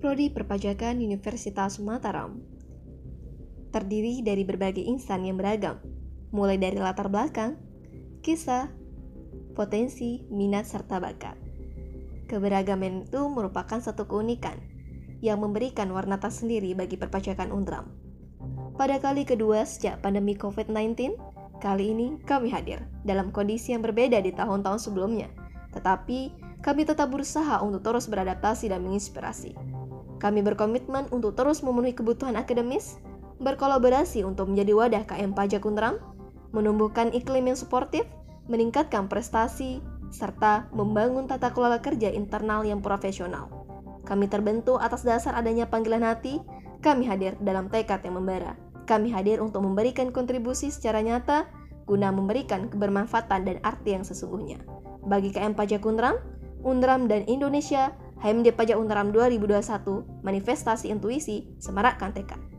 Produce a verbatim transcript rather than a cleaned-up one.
Prodi Perpajakan Universitas Mataram terdiri dari berbagai insan yang beragam, mulai dari latar belakang, kisah, potensi, minat, serta bakat. Keberagaman itu merupakan satu keunikan yang memberikan warna tersendiri bagi perpajakan Undram. Pada kali kedua sejak pandemi covid sembilan belas, kali ini kami hadir dalam kondisi yang berbeda di tahun-tahun sebelumnya, tetapi kami tetap berusaha untuk terus beradaptasi dan menginspirasi. Kami berkomitmen untuk terus memenuhi kebutuhan akademis, berkolaborasi untuk menjadi wadah K M Pajak Undram, menumbuhkan iklim yang suportif, meningkatkan prestasi, serta membangun tata kelola kerja internal yang profesional. Kami terbentuk atas dasar adanya panggilan hati, kami hadir dalam tekad yang membara. Kami hadir untuk memberikan kontribusi secara nyata, guna memberikan kebermanfaatan dan arti yang sesungguhnya. Bagi K M Pajak Undram, Undram dan Indonesia, H M D Pajak Undram dua ribu dua puluh satu, Manifestasi Intuisi, Semarakkan Tekad.